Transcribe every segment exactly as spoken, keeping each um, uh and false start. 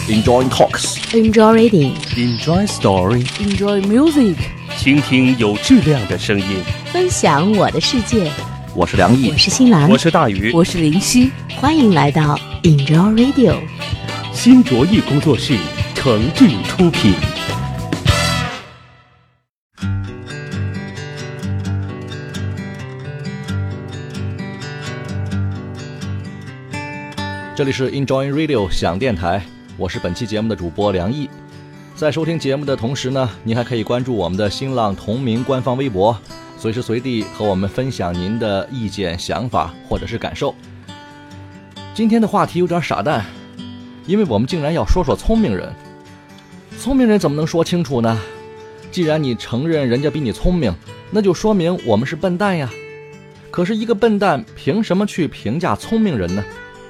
Enjoy talks. Enjoy reading. Enjoy story. Enjoy music. 倾听有质量的声音， 分享我的世界。 我是梁毅， 我是新兰， 我是大鱼， 我是林夕。 欢迎来到 Enjoy Radio。 新卓艺工作室诚挚出品。 这里是 Enjoy Radio 响电台，我是本期节目的主播梁毅。在收听节目的同时呢，您还可以关注我们的新浪同名官方微博，随时随地和我们分享您的意见、想法或者是感受。今天的话题有点傻蛋，因为我们竟然要说说聪明人。聪明人怎么能说清楚呢？既然你承认人家比你聪明，那就说明我们是笨蛋呀。可是一个笨蛋凭什么去评价聪明人呢？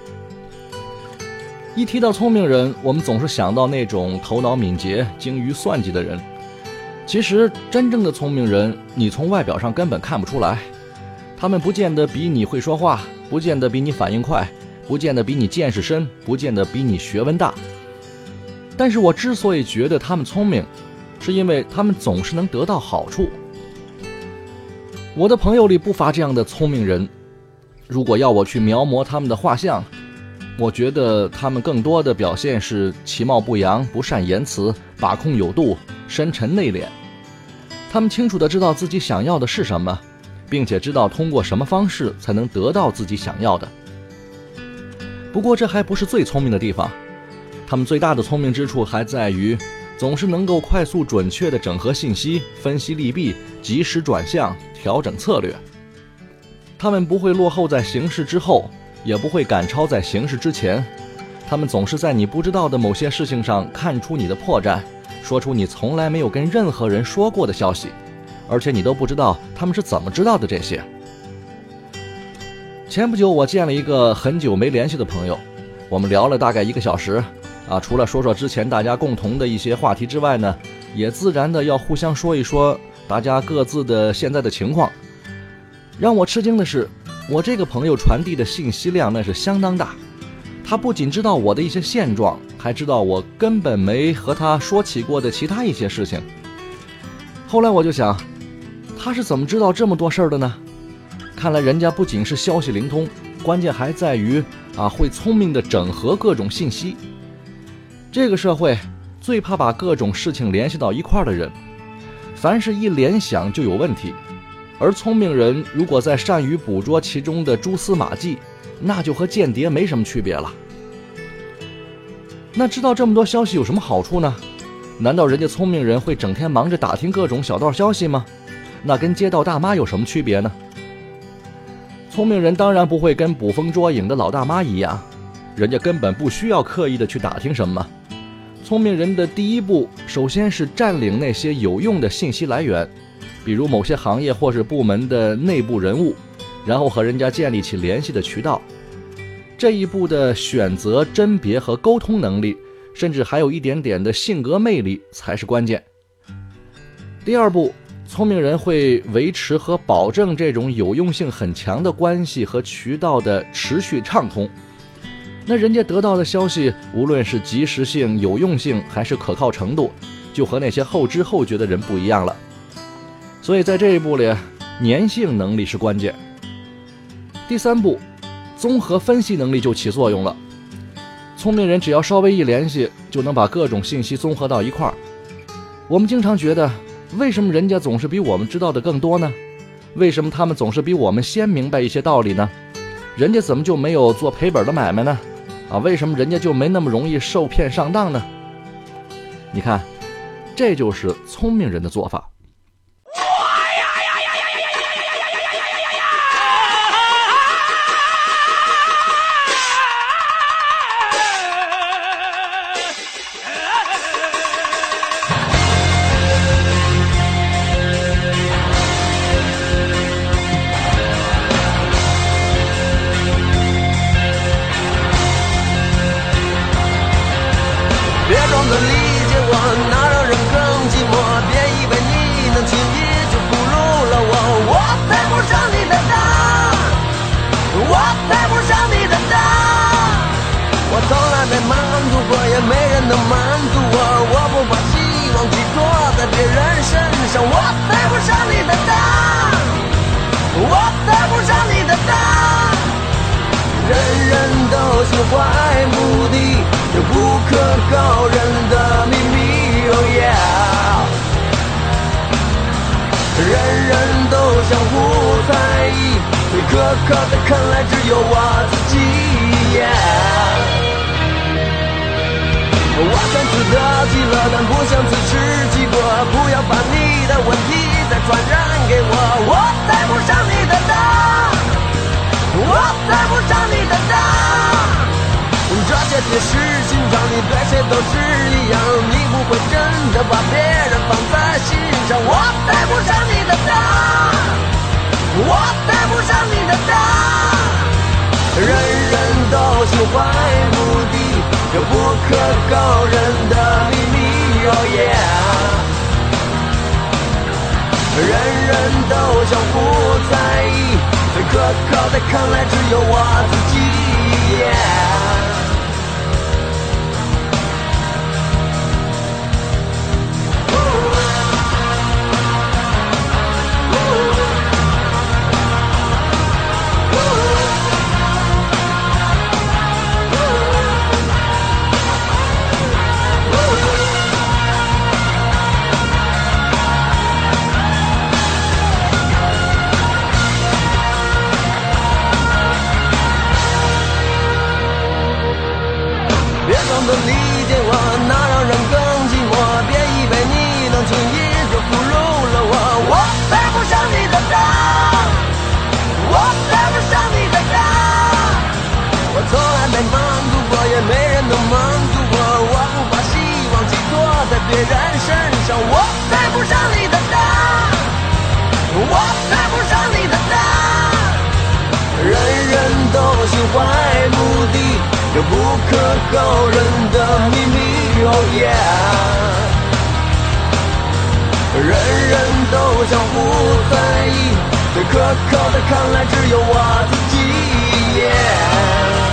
一提到聪明人，我们总是想到那种头脑敏捷、精于算计的人。其实真正的聪明人，你从外表上根本看不出来。他们不见得比你会说话，不见得比你反应快，不见得比你见识深，不见得比你学问大。但是我之所以觉得他们聪明，是因为他们总是能得到好处。我的朋友里不乏这样的聪明人，如果要我去描摹他们的画像，我觉得他们更多的表现是其貌不扬、不善言辞、把控有度、深沉内敛。他们清楚地知道自己想要的是什么，并且知道通过什么方式才能得到自己想要的。不过这还不是最聪明的地方，他们最大的聪明之处还在于总是能够快速准确地整合信息，分析利弊，及时转向，调整策略。他们不会落后在形势之后，也不会赶超在形势之前，他们总是在你不知道的某些事情上看出你的破绽，说出你从来没有跟任何人说过的消息，而且你都不知道他们是怎么知道的这些。前不久我见了一个很久没联系的朋友，我们聊了大概一个小时啊，除了说说之前大家共同的一些话题之外呢，也自然的要互相说一说大家各自的现在的情况。让我吃惊的是，我这个朋友传递的信息量那是相当大，他不仅知道我的一些现状，还知道我根本没和他说起过的其他一些事情。后来我就想，他是怎么知道这么多事儿的呢？看来人家不仅是消息灵通，关键还在于啊，会聪明地整合各种信息。这个社会最怕把各种事情联系到一块儿的人，凡是一联想就有问题。而聪明人如果在善于捕捉其中的蛛丝马迹，那就和间谍没什么区别了。那知道这么多消息有什么好处呢？难道人家聪明人会整天忙着打听各种小道消息吗？那跟街道大妈有什么区别呢？聪明人当然不会跟捕风捉影的老大妈一样，人家根本不需要刻意的去打听什么。聪明人的第一步，首先是占领那些有用的信息来源，比如某些行业或是部门的内部人物，然后和人家建立起联系的渠道。这一步的选择、甄别和沟通能力，甚至还有一点点的性格魅力才是关键。第二步，聪明人会维持和保证这种有用性很强的关系和渠道的持续畅通。那人家得到的消息，无论是及时性、有用性还是可靠程度，就和那些后知后觉的人不一样了。所以在这一步里，粘性能力是关键。第三步，综合分析能力就起作用了。聪明人只要稍微一联系，就能把各种信息综合到一块儿。我们经常觉得，为什么人家总是比我们知道的更多呢？为什么他们总是比我们先明白一些道理呢？人家怎么就没有做赔本的买卖呢？啊，为什么人家就没那么容易受骗上当呢？你看，这就是聪明人的做法。 没没人能满足我，我不把希望寄托在别人身上，我配不上你的答案，我配不上你的答案。人人都心怀目的，有不可告人的秘密。Oh yeah， 人人都相互猜疑，最苛刻的看来只有我自己。Yeah， 我想自得其乐，但不想自食其果。不要把你的问题再传染给我，我配不上你的答案，我配不上你的答案。这些铁石心肠，你对谁都是一样，你不会真的把别人放在心上。我配不上你的答案，我配不上你的答案。人人都心怀目的，有不可告人的秘密。Oh yeah， 人人都相互在意，最可靠的看来只有我自己。Yeah，理解我，那让人更寂寞。别以为你能轻易就俘虏了我，我配不上你的答案，我配不上你的答案。我从来没满足过，也没人能满足我。我不把希望寄托在别人身上，我配不上你的答案，我配不上你的答案。人人都心怀目的，有不可告人的秘密。Oh yeah， 人人都相互在意，最可靠的看来只有我自己。Yeah，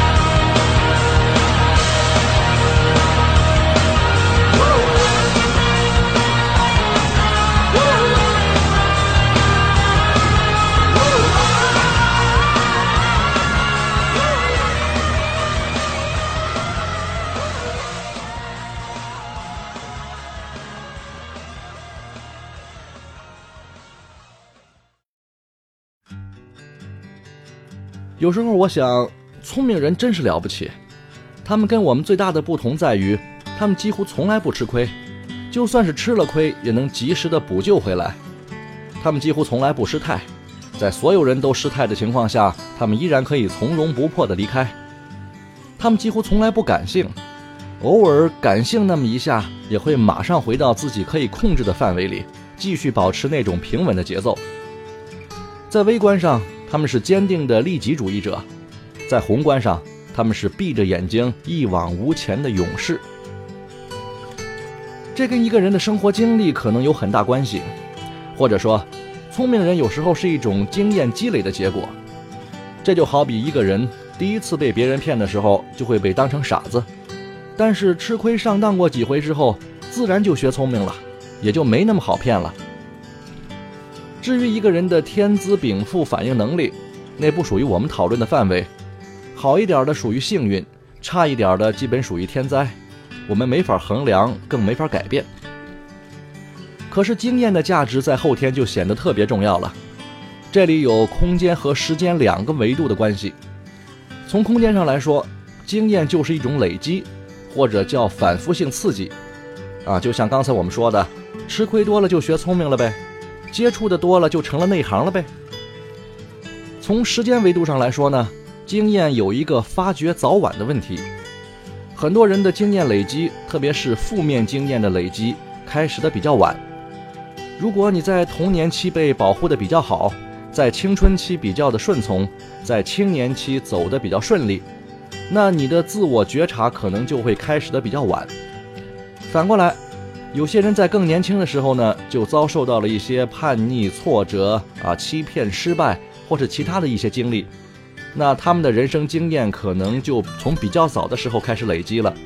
有时候我想，聪明人真是了不起，他们跟我们最大的不同在于，他们几乎从来不吃亏，就算是吃了亏也能及时的补救回来。他们几乎从来不失态，在所有人都失态的情况下，他们依然可以从容不迫地离开。他们几乎从来不感性，偶尔感性那么一下，也会马上回到自己可以控制的范围里，继续保持那种平稳的节奏。在微观上，他们是坚定的利己主义者，在宏观上，他们是闭着眼睛一往无前的勇士。这跟一个人的生活经历可能有很大关系，或者说，聪明人有时候是一种经验积累的结果。这就好比一个人第一次被别人骗的时候，就会被当成傻子，但是吃亏上当过几回之后，自然就学聪明了，也就没那么好骗了。至于一个人的天资禀赋反应能力，那不属于我们讨论的范围，好一点的属于幸运，差一点的基本属于天灾，我们没法衡量，更没法改变。可是经验的价值在后天就显得特别重要了，这里有空间和时间两个维度的关系。从空间上来说，经验就是一种累积，或者叫反复性刺激啊，就像刚才我们说的，吃亏多了就学聪明了呗，接触的多了就成了内行了呗。从时间维度上来说呢，经验有一个发掘早晚的问题。很多人的经验累积，特别是负面经验的累积，开始的比较晚。如果你在童年期被保护的比较好，在青春期比较的顺从，在青年期走的比较顺利，那你的自我觉察可能就会开始的比较晚。反过来，有些人在更年轻的时候呢，就遭受到了一些叛逆、挫折啊、欺骗、失败，或是其他的一些经历，那他们的人生经验可能就从比较早的时候开始累积了，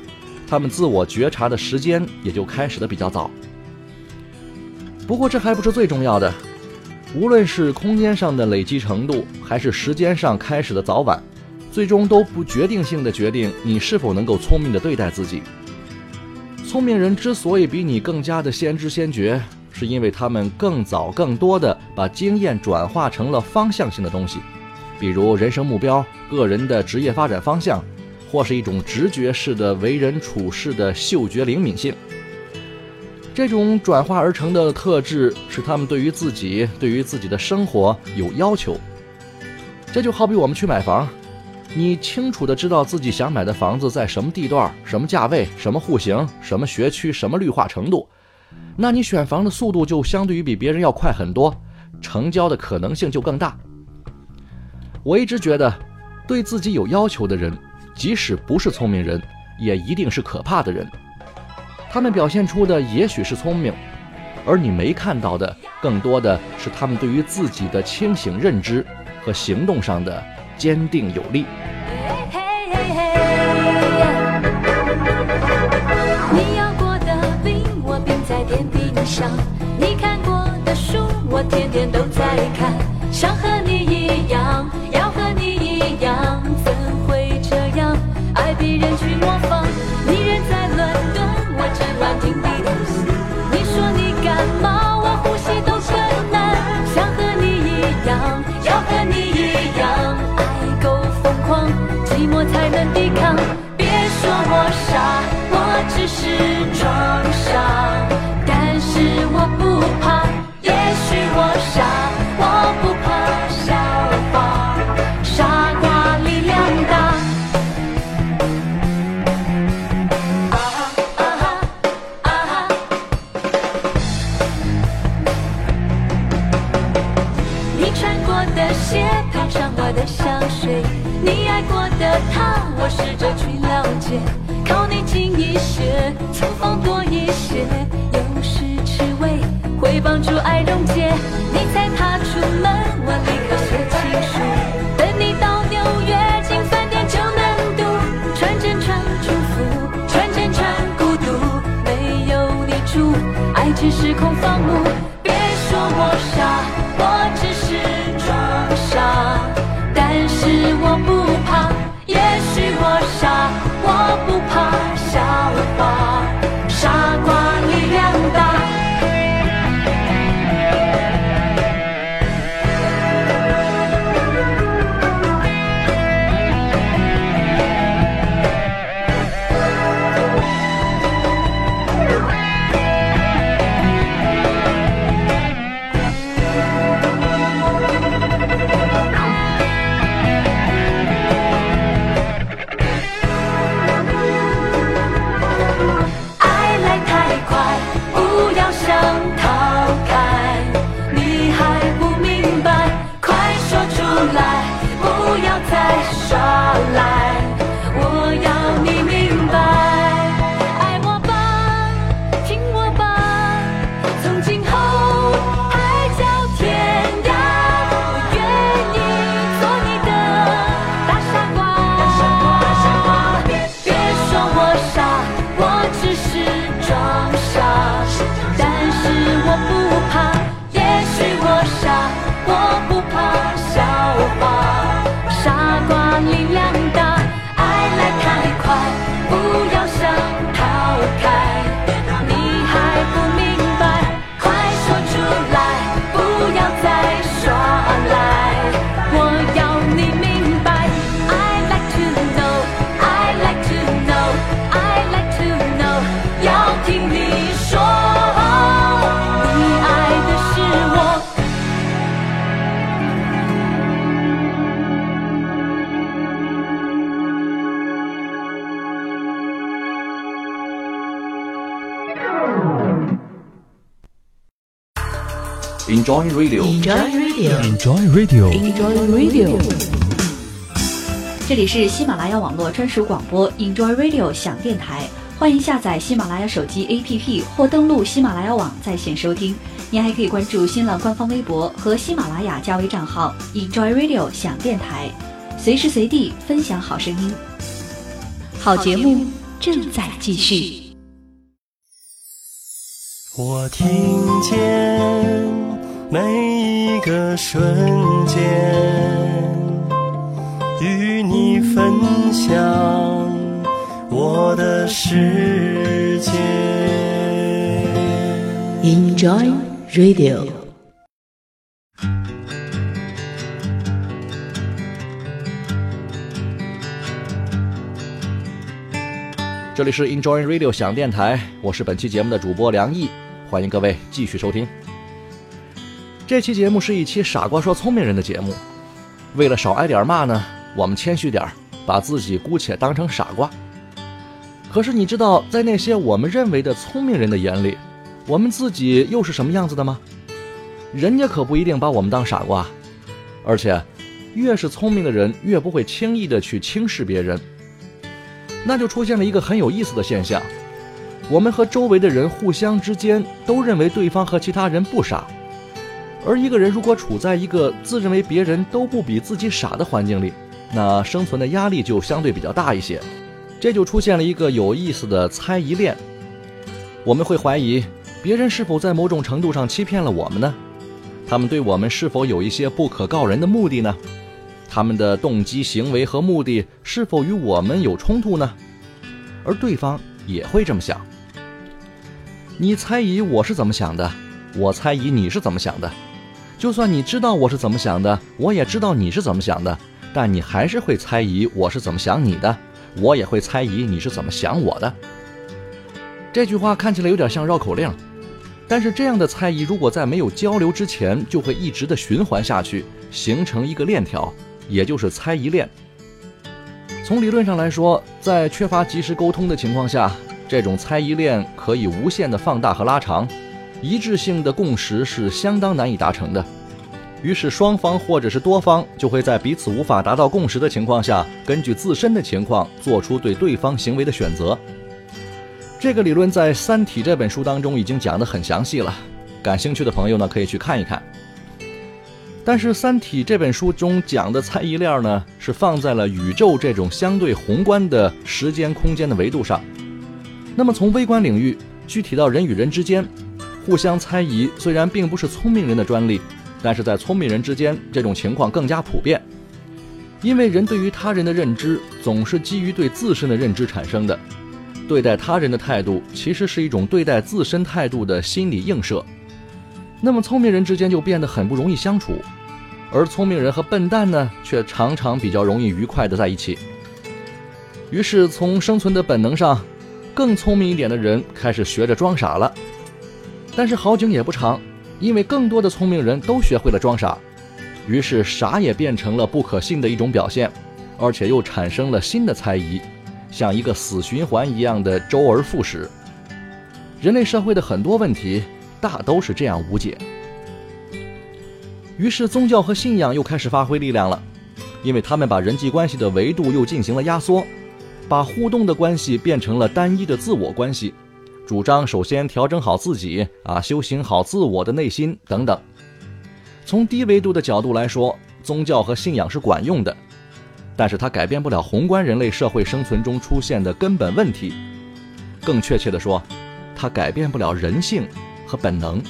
他们自我觉察的时间也就开始的比较早。不过这还不是最重要的，无论是空间上的累积程度，还是时间上开始的早晚，最终都不决定性的决定你是否能够聪明的对待自己。聪明人之所以比你更加的先知先觉，是因为他们更早更多的把经验转化成了方向性的东西，比如人生目标、个人的职业发展方向，或是一种直觉式的为人处事的嗅觉灵敏性。这种转化而成的特质使他们对于自己、对于自己的生活有要求。这就好比我们去买房，你清楚地知道自己想买的房子在什么地段、什么价位、什么户型、什么学区、什么绿化程度，那你选房的速度就相对于比别人要快很多，成交的可能性就更大。我一直觉得，对自己有要求的人，即使不是聪明人，也一定是可怕的人。他们表现出的也许是聪明，而你没看到的，更多的是他们对于自己的清醒认知和行动上的坚定有力。 你要过的饼，我饼在天地上；你看过的书，我天天都在看。想和你一样，要和你一样，怎会这样？爱别人去模仿，你人在伦敦，我正乱听你的戏。你说你感冒，我呼吸都困难。想和你一样，要和你一样，爱够疯狂，寂寞才能抵抗。别说我傻，我只是装傻，但是我不怕。也许我傻，我不怕笑话，傻瓜力量大。啊哈啊哈啊哈，你穿过的鞋配上我的香水，你爱过的他，我试着去了解，靠你近一些，粗放多一些，有时吃味会帮助爱溶解。你才踏出门，我立刻写情书，等你到纽约进饭店就能读，穿针穿祝福，穿针穿孤独，没有你住，爱只是空房屋。别说我傻，我只是装傻，但是我不怕。也许我傻，我不怕笑话，傻瓜力量大。 Enjoy Radio Enjoy Radio Enjoy Radio Enjoy Radio 这里是喜马拉雅网络专属广播 Enjoy Radio 享电台，欢迎下载喜马拉雅手机 A P P 或登录喜马拉雅网在线收听。您还可以关注新浪官方微博和喜马拉雅加微账号 Enjoy Radio 享电台，随时随地分享好声音、好节目、 正在继续。 我听见每一个瞬间，与你分享我的世界。 Enjoy Radio。 这里是 Enjoy Radio 响电台，我是本期节目的主播梁毅，欢迎各位继续收听。这期节目是一期傻瓜说聪明人的节目，为了少挨点骂呢，我们谦虚点，把自己姑且当成傻瓜。可是你知道，在那些我们认为的聪明人的眼里，我们自己又是什么样子的吗？人家可不一定把我们当傻瓜，而且越是聪明的人，越不会轻易的去轻视别人。那就出现了一个很有意思的现象，我们和周围的人互相之间都认为对方和其他人不傻，而一个人如果处在一个自认为别人都不比自己傻的环境里，那生存的压力就相对比较大一些。这就出现了一个有意思的猜疑链，我们会怀疑别人是否在某种程度上欺骗了我们呢？他们对我们是否有一些不可告人的目的呢？他们的动机、行为和目的是否与我们有冲突呢？而对方也会这么想。你猜疑我是怎么想的，我猜疑你是怎么想的。就算你知道我是怎么想的，我也知道你是怎么想的，但你还是会猜疑我是怎么想你的，我也会猜疑你是怎么想我的。这句话看起来有点像绕口令，但是这样的猜疑如果在没有交流之前，就会一直的循环下去，形成一个链条，也就是猜疑链。从理论上来说，在缺乏及时沟通的情况下，这种猜疑链可以无限的放大和拉长，一致性的共识是相当难以达成的。于是双方或者是多方就会在彼此无法达到共识的情况下，根据自身的情况做出对对方行为的选择。这个理论在《三体》这本书当中已经讲得很详细了，感兴趣的朋友呢可以去看一看。但是《三体》这本书中讲的猜疑链呢，是放在了宇宙这种相对宏观的时间空间的维度上。那么从微观领域具体到人与人之间，互相猜疑虽然并不是聪明人的专利，但是在聪明人之间这种情况更加普遍。因为人对于他人的认知总是基于对自身的认知产生的，对待他人的态度其实是一种对待自身态度的心理映射。那么聪明人之间就变得很不容易相处，而聪明人和笨蛋呢，却常常比较容易愉快地在一起。于是从生存的本能上，更聪明一点的人开始学着装傻了。但是好景也不长，因为更多的聪明人都学会了装傻，于是傻也变成了不可信的一种表现，而且又产生了新的猜疑，像一个死循环一样的周而复始。人类社会的很多问题大都是这样无解。于是宗教和信仰又开始发挥力量了，因为他们把人际关系的维度又进行了压缩，把互动的关系变成了单一的自我关系，主张首先调整好自己啊，修行好自我的内心等等。从低维度的角度来说，宗教和信仰是管用的，但是它改变不了宏观人类社会生存中出现的根本问题。更确切地说，它改变不了人性和本能。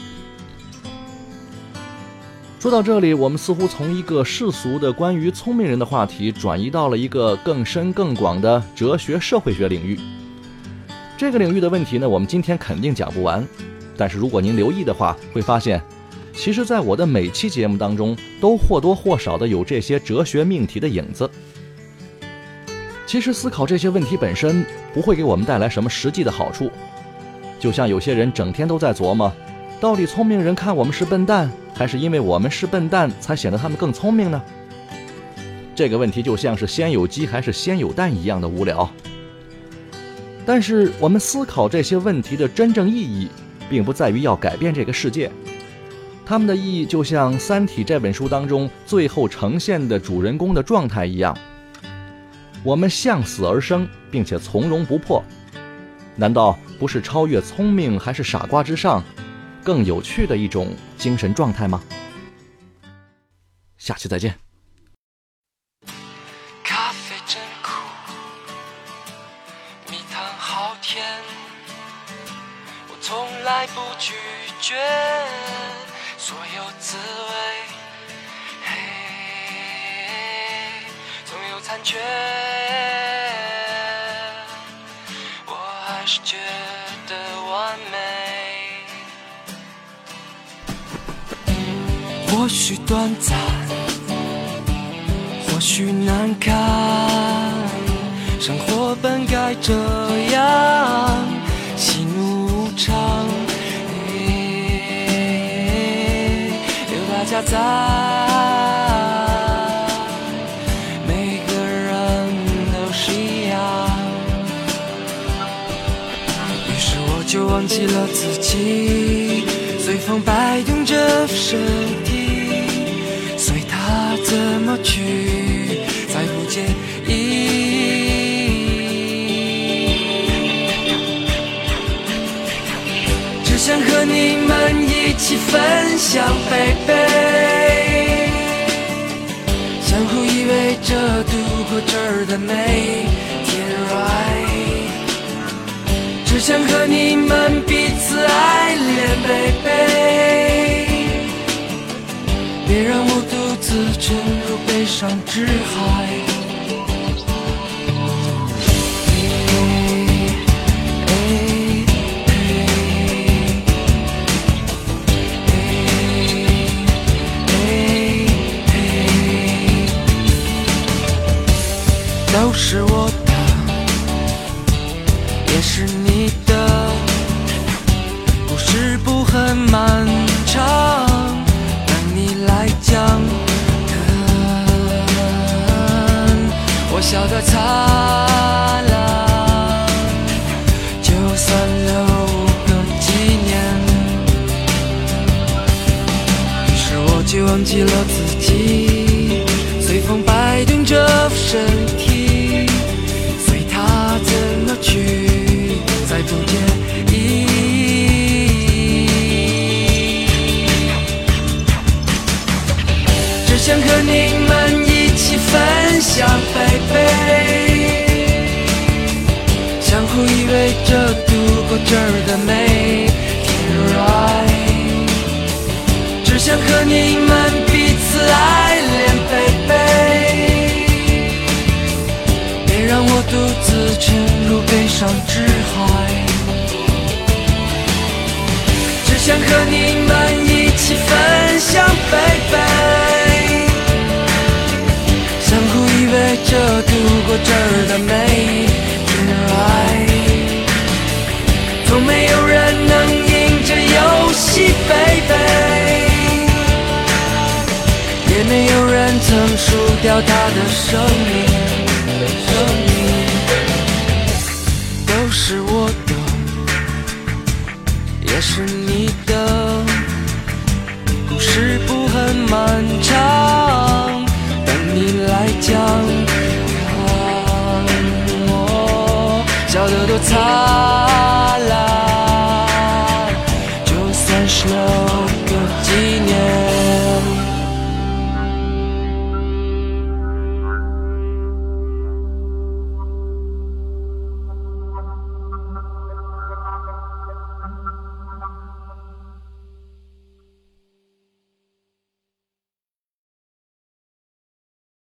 说到这里，我们似乎从一个世俗的关于聪明人的话题转移到了一个更深更广的哲学社会学领域。这个领域的问题呢，我们今天肯定讲不完，但是如果您留意的话，会发现其实在我的每期节目当中都或多或少的有这些哲学命题的影子。其实思考这些问题本身不会给我们带来什么实际的好处，就像有些人整天都在琢磨，到底聪明人看我们是笨蛋，还是因为我们是笨蛋才显得他们更聪明呢？这个问题就像是先有鸡还是先有蛋一样的无聊。但是我们思考这些问题的真正意义，并不在于要改变这个世界，它们的意义就像《三体》这本书当中最后呈现的主人公的状态一样，我们向死而生，并且从容不迫，难道不是超越聪明还是傻瓜之上更有趣的一种精神状态吗？下期再见。 咖啡真苦，蜜糖从来不拒绝所有滋味，嘿，总有残缺，我还是觉得完美。或许短暂，或许难堪，生活本该这样，喜怒无常，有大家在，每个人都是一样。于是我就忘记了自己，随风摆动着身体，随它怎么去，再不介意。只想和你们一起分享，baby，相互依偎着度过这儿的每天 right， 只想和你们彼此爱恋 baby， 别让我独自沉入悲伤之海。都是我的，也是你的，故事不很漫长，等你来讲。我笑得灿烂，就算留个纪念。于是我就忘记了自己，随风摆动着身体，随它怎么去，再不介意。只想和你们一起分享 baby， 相互依偎着度过这儿的每天 right， 只想和你们彼此爱恋 baby， 别让我独自沉入悲伤之海，只想和你们一起分享 baby，相互依偎着度过这儿的每天 right， 从没有人能赢这游戏 baby， 也没有人曾输掉他的生命，生命都是我的，也是你的，故事不很漫长，你来讲，看我笑得多灿烂，就算是流